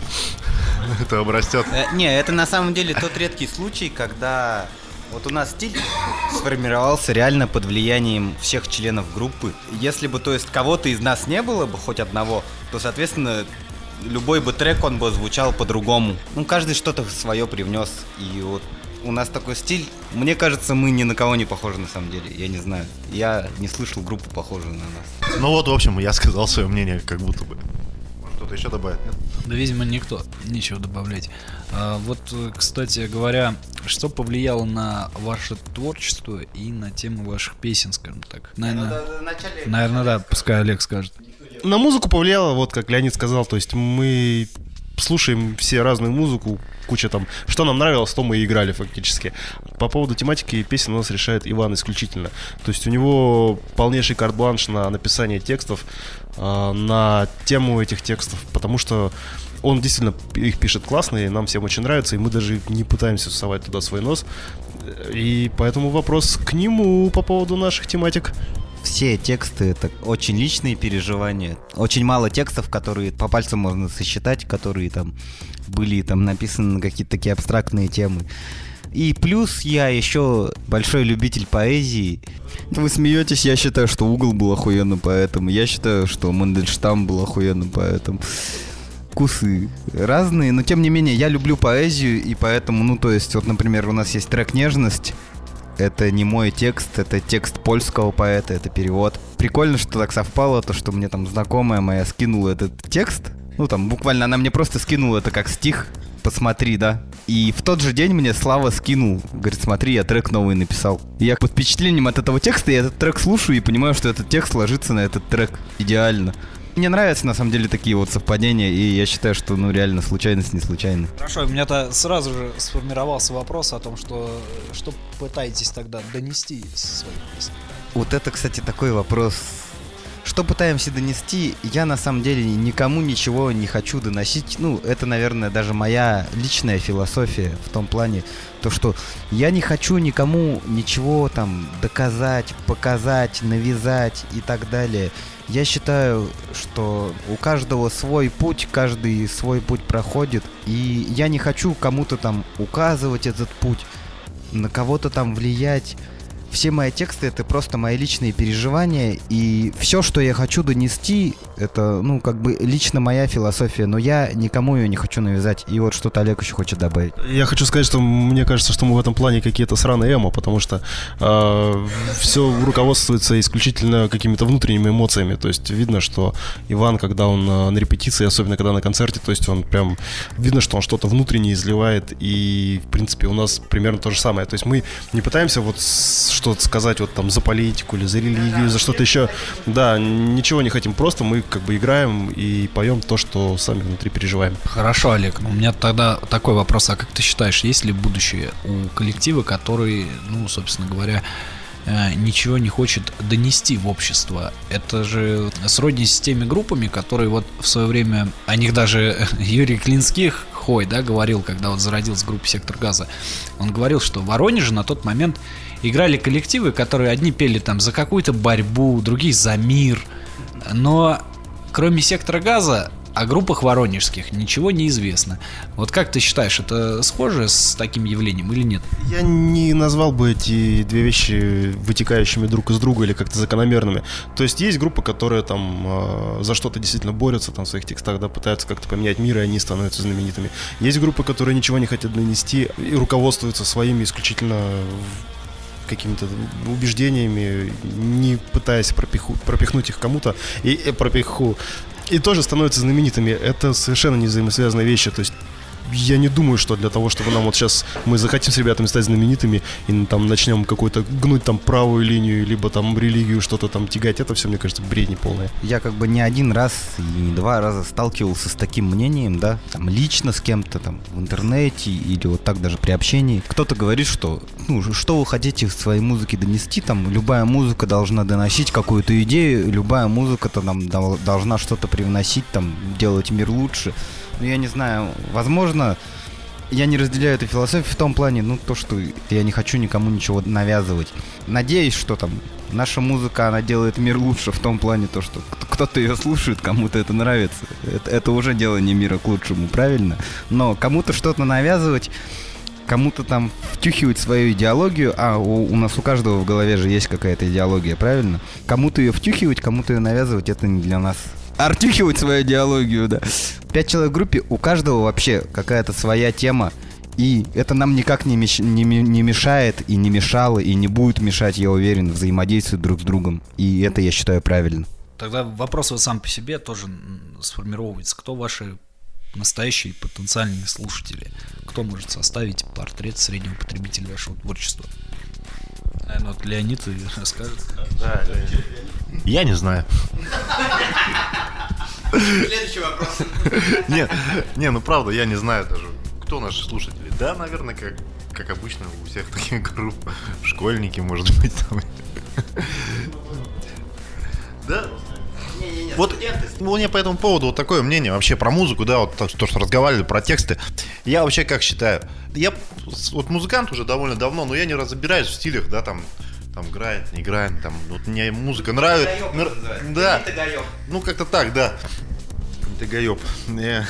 то обрастет. Э, не, это на самом деле тот редкий случай, когда вот у нас стиль сформировался реально под влиянием всех членов группы. Если бы, то есть, кого-то из нас не было бы, хоть одного, то, соответственно, любой бы трек, он бы звучал по-другому. Ну, каждый что-то свое привнес. И вот у нас такой стиль. Мне кажется, мы ни на кого не похожи на самом деле. Я не знаю. Я не слышал группу, похожую на нас. Ну вот, в общем, я сказал свое мнение, как будто бы. Может, кто-то еще добавит, нет? Да, видимо, никто. Нечего добавлять. А, вот, кстати говоря, что повлияло на ваше творчество и на тему ваших песен, скажем так? Наверное, наверное, да, пускай Олег скажет. На музыку повлияло, вот как Леонид сказал, то есть мы слушаем все разную музыку, куча там, что нам нравилось, то мы и играли фактически. По поводу тематики песен у нас решает Иван исключительно. То есть у него полнейший карт-бланш на написание текстов, на тему этих текстов, потому что он действительно их пишет классные, нам всем очень нравится, и мы даже не пытаемся совать туда свой нос. И поэтому вопрос к нему по поводу наших тематик. Все тексты — это очень личные переживания. Очень мало текстов, которые по пальцам можно сосчитать, которые там были там написаны на какие-то такие абстрактные темы. И плюс я еще большой любитель поэзии. Вы смеетесь, я считаю, что Угол был охуенным поэтом. Я считаю, что Мандельштам был охуенным поэтом. Вкусы разные, но тем не менее я люблю поэзию, и поэтому, ну то есть, вот, например, у нас есть трек «Нежность». Это не мой текст, это текст польского поэта, это перевод. Прикольно, что так совпало, то, что мне там знакомая моя скинула этот текст. Ну, там, буквально она мне просто скинула это как стих. Посмотри, да. И в тот же день мне Слава скинул. Говорит, смотри, я трек новый написал. И я под впечатлением от этого текста, я этот трек слушаю и понимаю, что этот текст ложится на этот трек идеально. Мне нравятся, на самом деле, такие вот совпадения, и я считаю, что, ну, реально, случайность не случайна. Хорошо, у меня-то сразу же сформировался вопрос о том, что что пытаетесь тогда донести со своей песней? Вот это, кстати, такой вопрос. Что пытаемся донести, я, на самом деле, никому ничего не хочу доносить. Ну, это, наверное, даже моя личная философия в том плане, то, что я не хочу никому ничего там доказать, показать, навязать и так далее. Я считаю, что у каждого свой путь, каждый свой путь проходит, и я не хочу кому-то там указывать этот путь, на кого-то там влиять. Все мои тексты — это просто мои личные переживания, и все, что я хочу донести, это, ну, как бы лично моя философия, но я никому ее не хочу навязать. И вот что-то Олег еще хочет добавить. Я хочу сказать, что мне кажется, что мы в этом плане какие-то сраные эмо, потому что э, все руководствуется исключительно какими-то внутренними эмоциями. То есть видно, что Иван, когда он на репетиции, особенно когда на концерте, то есть он прям, видно, что он что-то внутреннее изливает, и, в принципе, у нас примерно то же самое. То есть мы не пытаемся вот что-то сказать вот там за политику или за религию, за что-то еще. Да, ничего не хотим, просто мы как бы играем и поем то, что сами внутри переживаем. Хорошо, Олег, у меня тогда такой вопрос, а как ты считаешь, есть ли будущее у коллектива, который, ну, собственно говоря, ничего не хочет донести в общество? Это же сродни с теми группами, которые вот в свое время, о них даже Юрий Клинских, Хой, да, говорил, когда вот зародилась группа «Сектор газа», он говорил, что в Воронеже на тот момент играли коллективы, которые одни пели там за какую-то борьбу, другие за мир, но кроме «Сектора газа» о группах воронежских ничего не известно. Вот как ты считаешь, это схоже с таким явлением или нет? Я не назвал бы эти две вещи вытекающими друг из друга или как-то закономерными. То есть есть группы, которые там э, за что-то действительно борются там в своих текстах, да, пытаются как-то поменять мир, и они становятся знаменитыми. Есть группы, которые ничего не хотят донести и руководствуются своими исключительно какими-то убеждениями, не пытаясь пропиху, пропихнуть их кому-то, и э, пропиху, и тоже становятся знаменитыми. Это совершенно не взаимосвязанные вещи. То есть я не думаю, что для того, чтобы нам вот сейчас мы захотим с ребятами стать знаменитыми и там начнем какой-то гнуть там правую линию, либо там религию, что-то там тягать, это все, мне кажется, бредни полная. Я как бы не один раз и не два раза сталкивался с таким мнением, да, там лично с кем-то там в интернете или вот так даже при общении. Кто-то говорит, что, ну, что вы хотите в своей музыке донести, там любая музыка должна доносить какую-то идею, любая музыка-то нам должна что-то привносить, там, делать мир лучше. Ну, я не знаю, возможно, я не разделяю эту философию в том плане, ну, то, что я не хочу никому ничего навязывать. Надеюсь, что там наша музыка, она делает мир лучше в том плане, то, что кто-то ее слушает, кому-то это нравится. Это, это уже делание мира к лучшему, правильно? Но кому-то что-то навязывать, кому-то там втюхивать свою идеологию, а у, у нас у каждого в голове же есть какая-то идеология, правильно? Кому-то ее втюхивать, кому-то ее навязывать, это не для нас. Артюхивать свою идеологию, да. Пять человек в группе, у каждого вообще какая-то своя тема, и это нам никак не, меш... не, не мешает, и не мешало, и не будет мешать, я уверен, взаимодействовать друг с другом, и это, я считаю, правильно. Тогда вопрос вот сам по себе тоже сформировывается. Кто ваши настоящие потенциальные слушатели? Кто может составить портрет среднего потребителя вашего творчества? Наверное, вот Леонид расскажет. Да, я не знаю. Следующий вопрос. Не, не, ну правда, я не знаю даже, кто наши слушатели. Да, наверное, как, как обычно у всех таких групп. Школьники, может быть, там. Да? Вот у меня по этому поводу вот такое мнение вообще про музыку, да, вот то, что разговаривали про тексты. Я вообще как считаю, я вот музыкант уже довольно давно, но я не разбираюсь в стилях, да, там, там грайнд, не грайнд, там, вот мне музыка нравится. Нрав... Да. Ну как-то так, да. Ты гаёб. Не.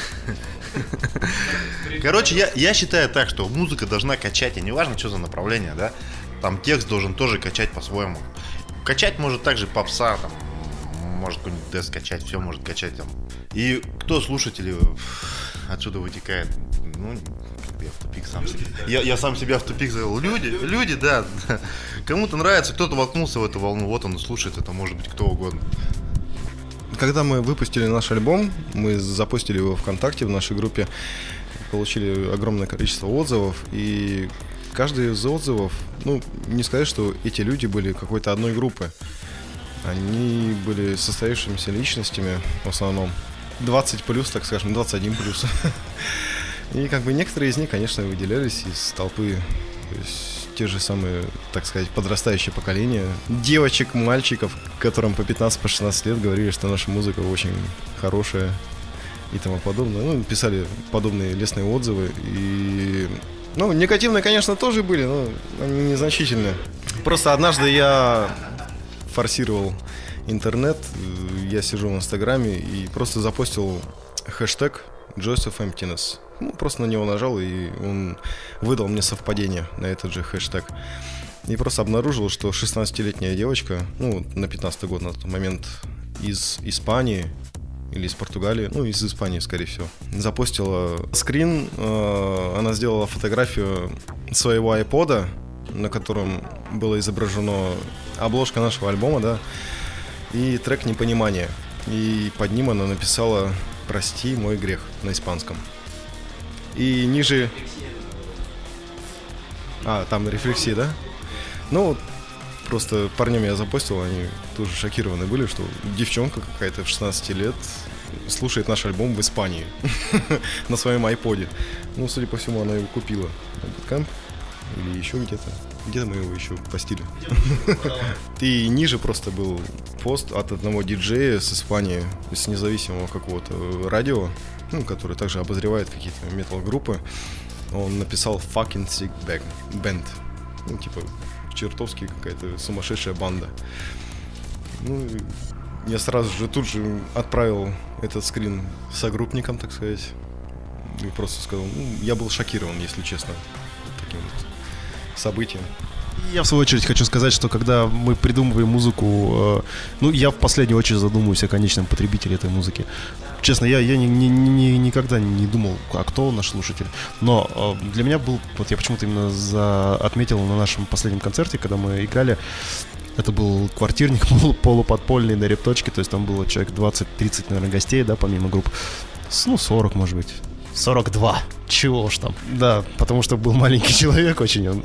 Короче, я, я считаю так, что музыка должна качать, и неважно, что за направление, да, там текст должен тоже качать по-своему. Качать может также попса, там, может какой-нибудь дэс качать, все может качать там. И кто слушатели отсюда вытекает? Ну, я в тупик сам себе. Я, я сам себя в тупик завел. Люди, люди, да. Кому-то нравится, кто-то воткнулся в эту волну, вот он и слушает, это может быть кто угодно. Когда мы выпустили наш альбом, мы запустили его ВКонтакте в нашей группе, получили огромное количество отзывов, и каждый из отзывов, ну, не сказать, что эти люди были какой-то одной группы. Они были состоявшимися личностями в основном. двадцать плюс, так скажем, двадцать один плюс. И как бы некоторые из них, конечно, выделялись из толпы. То есть те же самые, так сказать, подрастающее поколение девочек, мальчиков, которым по пятнадцать шестнадцать лет говорили, что наша музыка очень хорошая и тому подобное. Ну, писали подобные лестные отзывы. И, ну, негативные, конечно, тоже были, но они незначительные. Просто однажды я форсировал интернет, я сижу в Инстаграме и просто запостил хэштег Joys of Emptiness. Ну, просто на него нажал, и он выдал мне совпадение на этот же хэштег. И просто обнаружил, что шестнадцатилетняя девочка, ну, на пятнадцатый год на тот момент, из Испании или из Португалии, ну, из Испании, скорее всего, запостила скрин, э, она сделала фотографию своего айпода, на котором было изображено обложка нашего альбома, да, и трек «Непонимание». И под ним она написала «Прости мой грех» на испанском. И ниже... А, там рефлексия, да? Ну, просто парням я запостил, они тоже шокированы были, что девчонка какая-то в шестнадцать лет слушает наш альбом в Испании на своем айподе. Ну, судя по всему, она его купила на Bandcamp или еще где-то. Где-то мы его еще постили. И ниже просто был пост от одного диджея с Испании, с независимого какого-то радио, ну, который также обозревает какие-то метал-группы. Он написал «Fucking sick band». Ну, типа, чертовски какая-то сумасшедшая банда. Ну, я сразу же тут же отправил этот скрин согруппникам, так сказать. И просто сказал, ну, я был шокирован, если честно, таким вот событием. Я в свою очередь хочу сказать, что когда мы придумываем музыку, э, ну, я в последнюю очередь задумываюсь о конечном потребителе этой музыки. Честно, я, я ни, ни, ни, никогда не думал, а кто наш слушатель. Но э, для меня был, вот я почему-то именно за, отметил на нашем последнем концерте, когда мы играли, это был квартирник полуподпольный на Репточке, то есть там было человек двадцать-тридцать, наверное, гостей, да, помимо групп. Ну, сорок, может быть. сорок два. Чего уж там. Да, потому что был маленький человек очень он.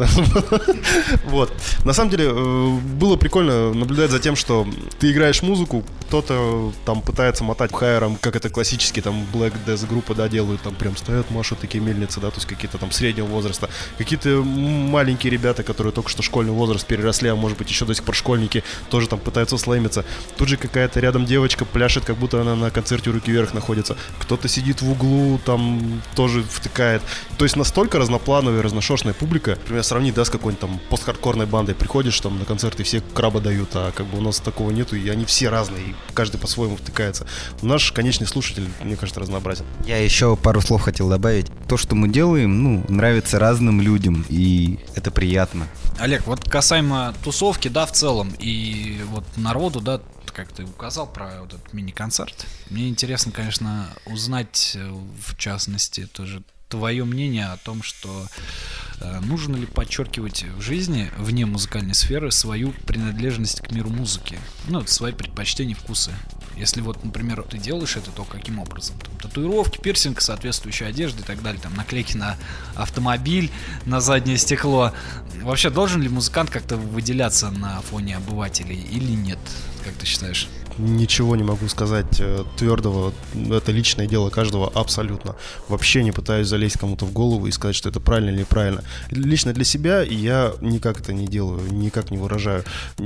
Вот. На самом деле, было прикольно наблюдать за тем, что ты играешь музыку, кто-то там пытается мотать хайером, как это классические там Black Death группы, да, делают, там прям стоят, машут такие мельницы, да, то есть какие-то там среднего возраста. Какие-то маленькие ребята, которые только что школьный возраст переросли, а может быть еще до сих пор школьники, тоже там пытаются слаймиться. Тут же какая-то рядом девочка пляшет, как будто она на концерте «Руки вверх» находится. Кто-то сидит в углу, там тоже втыкает. То есть настолько разноплановая, разношерстная публика. Например, сравнить, да, с какой-нибудь там пост-хардкорной бандой. Приходишь там на концерт, и все краба дают, а как бы у нас такого нету, и они все разные, и каждый по-своему втыкается. Наш конечный слушатель, мне кажется, разнообразен. Я еще пару слов хотел добавить. То, что мы делаем, ну, нравится разным людям, и это приятно. Олег, вот касаемо тусовки, да, в целом, и вот народу, да, как ты указал про вот этот мини-концерт, мне интересно, конечно, узнать, в частности, тоже твое мнение о том, что э, нужно ли подчеркивать в жизни, вне музыкальной сферы, свою принадлежность к миру музыки, ну, свои предпочтения, вкусы. Если вот, например, ты делаешь это, то каким образом? Там, татуировки, пирсинг, соответствующая одежда и так далее, там наклейки на автомобиль, на заднее стекло. Вообще, должен ли музыкант как-то выделяться на фоне обывателей или нет? Как ты считаешь? ничего не могу сказать э, твердого. Это личное дело каждого абсолютно. Вообще не пытаюсь залезть кому-то в голову и сказать, что это правильно или неправильно. Лично для себя я никак это не делаю, никак не выражаю.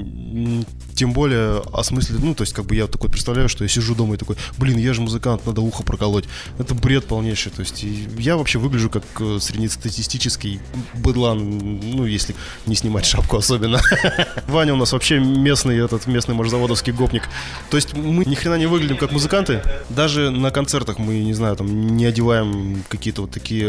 Тем более осмыслить, ну, то есть, как бы я вот такой представляю, что я сижу дома и такой, блин, я же музыкант, надо ухо проколоть. Это бред полнейший. То есть, я вообще выгляжу как среднестатистический быдлан, ну, если не снимать шапку особенно. Ваня у нас вообще местный, этот местный можзаводовский гопник. То есть, мы ни хрена не выглядим как музыканты. Даже на концертах мы, не знаю, там, не одеваем какие-то вот такие...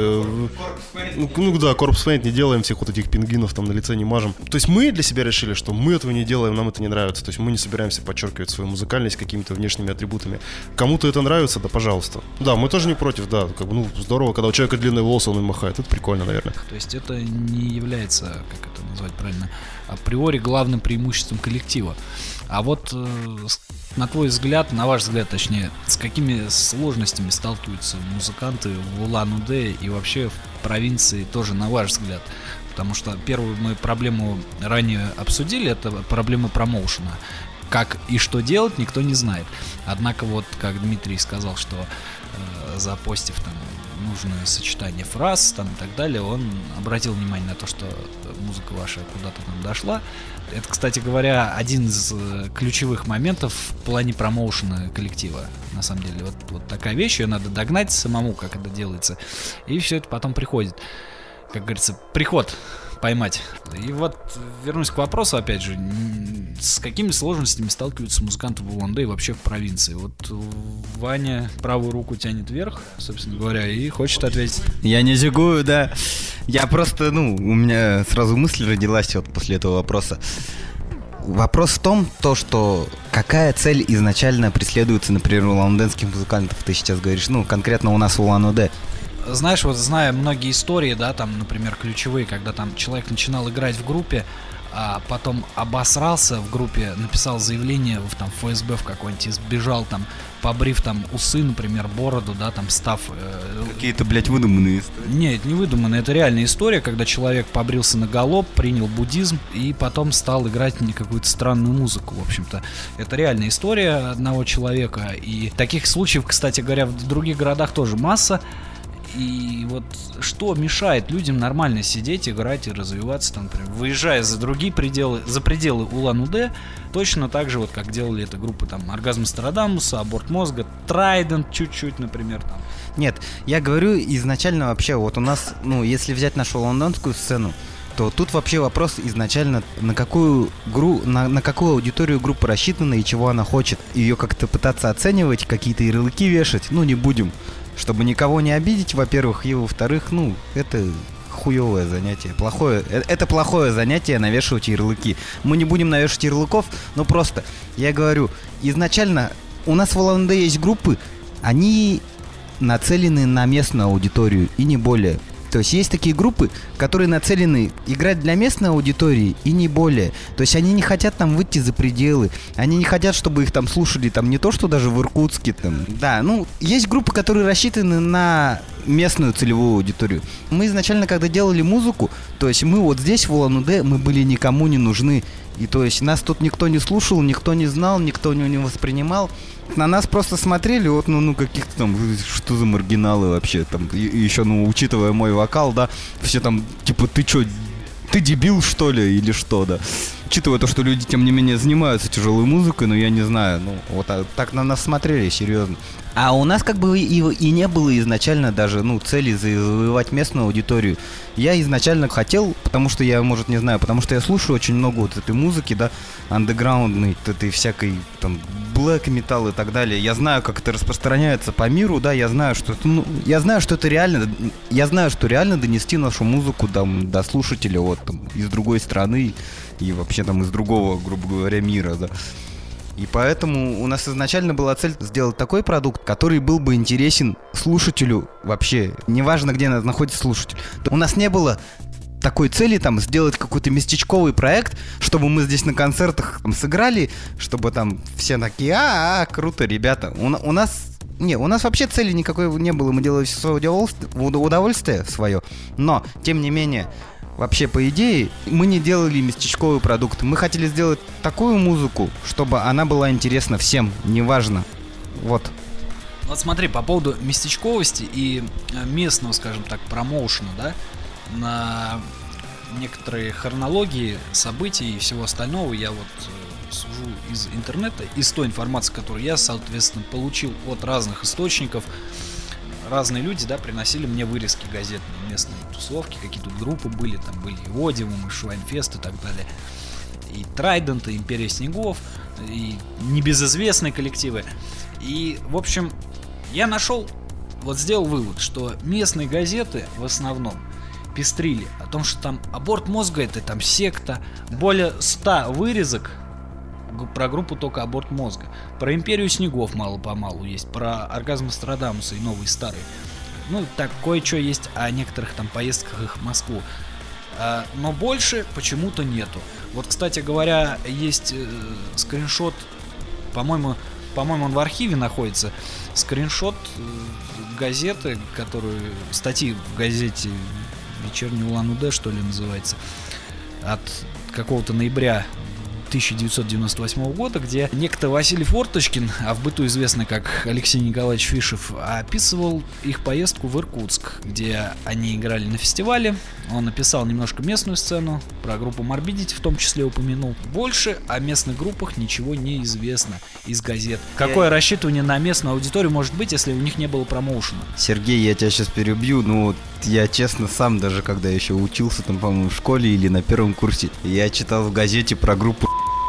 Ну, ну да, корпус пейнт не делаем, всех вот этих пингвинов там на лице не мажем. То есть, мы для себя решили, что мы этого не делаем, нам это не нравится. То есть, мы не собираемся подчеркивать свою музыкальность какими-то внешними атрибутами. Кому-то это нравится, да, пожалуйста. Да, мы тоже не против, да. Как бы, ну, здорово, когда у человека длинные волосы, он им махает. Это прикольно, наверное. То есть, это не является, как это назвать правильно, априори главным преимуществом коллектива. А вот, на твой взгляд, на ваш взгляд, точнее, с какими сложностями сталкиваются музыканты в Улан-Удэ и вообще в провинции тоже, на ваш взгляд? Потому что первую мы проблему ранее обсудили, это проблема промоушена. Как и что делать, никто не знает. Однако вот, как Дмитрий сказал, что э, запостив там нужное сочетание фраз там и так далее, он обратил внимание на то, что музыка ваша куда-то там дошла. Это, кстати говоря, один из ключевых моментов в плане промоушена коллектива. На самом деле, вот, вот такая вещь, ее надо догнать самому, как это делается. И все это потом приходит. Как говорится, приход поймать. И вот вернусь к вопросу, опять же, с какими сложностями сталкиваются музыканты в Улан-Удэ и вообще в провинции? Вот Ваня правую руку тянет вверх, собственно говоря, и хочет ответить. Я не зигую, да. Я просто, ну, у меня сразу мысль родилась вот после этого вопроса. Вопрос в том, то, что какая цель изначально преследуется, например, у улан-удэнских музыкантов, ты сейчас говоришь, ну, конкретно у нас в Улан-Удэ. Знаешь, вот зная многие истории, да, там, например, ключевые, когда там человек начинал играть в группе, а потом обосрался в группе, написал заявление в там эф эс бэ в какой-нибудь, и сбежал там, побрив там усы, например, бороду, да, там став... Э, Какие-то, блядь, выдуманные истории. Нет, не выдуманные, это реальная история, когда человек побрился наголоб, принял буддизм и потом стал играть мне какую-то странную музыку, в общем-то. Это реальная история одного человека, и таких случаев, кстати говоря, в других городах тоже масса. И вот что мешает людям нормально сидеть, играть и развиваться, там, например, выезжая за другие пределы, за пределы Улан-Удэ, точно так же, вот как делали это группы там Оргазм Нострадамуса, Аборт Мозга, Трайдент чуть-чуть, например, там. Нет, я говорю изначально вообще, вот у нас, ну, если взять нашу лондонскую сцену, то тут вообще вопрос изначально, на какую гру, на, на какую аудиторию группа рассчитана и чего она хочет. Ее как-то пытаться оценивать, какие-то ярлыки вешать, ну, не будем. Чтобы никого не обидеть, во-первых, и во-вторых, ну, это хуевое занятие, плохое, это плохое занятие навешивать ярлыки. Мы не будем навешивать ярлыков, но просто, я говорю, изначально у нас в Улан-Удэ есть группы, они нацелены на местную аудиторию и не более. То есть есть такие группы, которые нацелены играть для местной аудитории и не более. То есть они не хотят там выйти за пределы. Они не хотят, чтобы их там слушали там не то, что даже в Иркутске там. Да, ну, есть группы, которые рассчитаны на местную целевую аудиторию. Мы изначально, когда делали музыку, то есть мы вот здесь в Улан-Удэ, мы были никому не нужны. И то есть нас тут никто не слушал, никто не знал, никто не воспринимал. На нас просто смотрели, вот, ну, ну, каких-то там, что за маргиналы вообще, там, и, и еще, ну, учитывая мой вокал, да, все там, типа, ты чё, ты дебил, что ли, или что, да. Учитывая то, что люди, тем не менее, занимаются тяжелой музыкой, но я не знаю, ну, вот а, так на нас смотрели, серьезно. А у нас как бы и, и не было изначально даже, ну, цели завоевать местную аудиторию. Я изначально хотел, потому что я, может, не знаю, потому что я слушаю очень много вот этой музыки, да, андеграундной, вот этой всякой, там, блэк металл и так далее. Я знаю, как это распространяется по миру, да, я знаю, что это, ну, я знаю, что это реально, я знаю, что реально донести нашу музыку там, до слушателя вот там из другой страны и вообще там из другого, грубо говоря, мира, да. И поэтому у нас изначально была цель сделать такой продукт, который был бы интересен слушателю вообще. Неважно, где находится слушатель. У нас не было такой цели там сделать какой-то местечковый проект, чтобы мы здесь на концертах там сыграли, чтобы там все такие, а, -а, -а круто, ребята. У, у нас... Не, у нас вообще цели никакой не было. Мы делали все свое удовольствие, удовольствие свое. Но, тем не менее, Вообще, по идее, мы не делали местечковый продукт. Мы хотели сделать такую музыку, чтобы она была интересна всем, неважно. Вот. Вот смотри, по поводу местечковости и местного, скажем так, промоушена, да, на некоторые хронологии событий и всего остального я вот сужу из интернета, из той информации, которую я, соответственно, получил от разных источников. Разные люди, да, приносили мне вырезки газетные, местные тусовки, какие-то группы были, там были и Одиум, и Швайнфест и так далее, и Трайдент, и Империя Снегов, и небезызвестные коллективы. И, в общем, я нашел, вот сделал вывод, что местные газеты в основном пестрили о том, что там аборт мозга — это там секта, более ста вырезок про группу только аборт мозга. Про Империю Снегов мало-помалу есть, про Оргазм Астрадамуса и новый старый. Ну, так, кое-что есть о некоторых там поездках их в Москву. А, но больше почему-то нету. Вот, кстати говоря, есть э, скриншот, по-моему, по-моему, он в архиве находится, скриншот э, газеты, которую, статьи в газете «Вечерний Улан-Удэ», что ли, называется, от какого-то ноября тысяча девятьсот девяносто восьмого года, где некто Василий Форточкин, а в быту известный как Алексей Николаевич Фишев, описывал их поездку в Иркутск, где они играли на фестивале. Он описал немножко местную сцену, про группу Morbidity в том числе упомянул. Больше о местных группах ничего не известно из газет. Какое рассчитывание на местную аудиторию может быть, если у них не было промоушена? Сергей, я тебя сейчас перебью, ну вот я честно сам, даже когда еще учился там, по-моему, в школе или на первом курсе, я читал в газете про группу.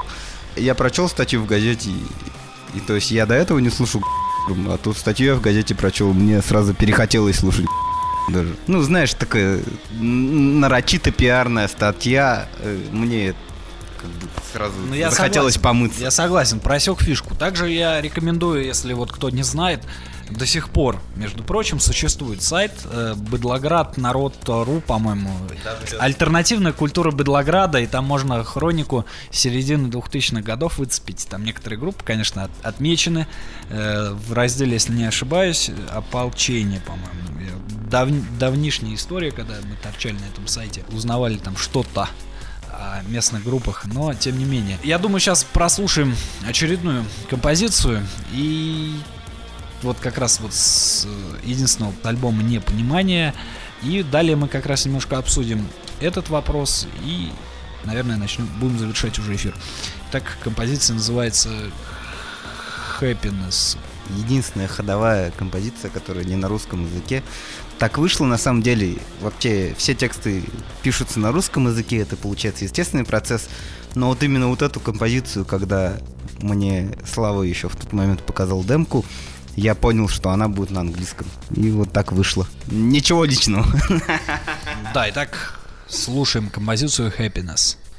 Я прочел статью в газете, и, и то есть я до этого не слушал, а тут статью я в газете прочел, мне сразу перехотелось слушать даже. Ну, знаешь, такая нарочито пиарная статья, мне как бы сразу ну, я захотелось согласен. помыться. Я согласен, просек фишку. Также я рекомендую, если вот кто не знает, до сих пор, между прочим, существует сайт э, Быдлоград народ точка ру, по-моему. Альтернативная культура Быдлограда, и там можно хронику середины двухтысячных годов выцепить. Там некоторые группы, конечно, от, отмечены э, в разделе, если не ошибаюсь, ополчение, по-моему. Дав, давнишняя история, когда мы торчали на этом сайте, узнавали там что-то о местных группах, но тем не менее. Я думаю, сейчас прослушаем очередную композицию, и вот как раз вот с единственного альбома «Непонимание». И далее мы как раз немножко обсудим этот вопрос и, наверное, начнем, будем завершать уже эфир. Так, композиция называется «Happiness». Единственная ходовая композиция, которая не на русском языке. Так вышло, на самом деле, вообще все тексты пишутся на русском языке, это получается естественный процесс. Но вот именно вот эту композицию, когда мне Слава еще в тот момент показал демку, я понял, что она будет на английском. И вот так вышло. Ничего личного. Да, итак, слушаем композицию «Happiness».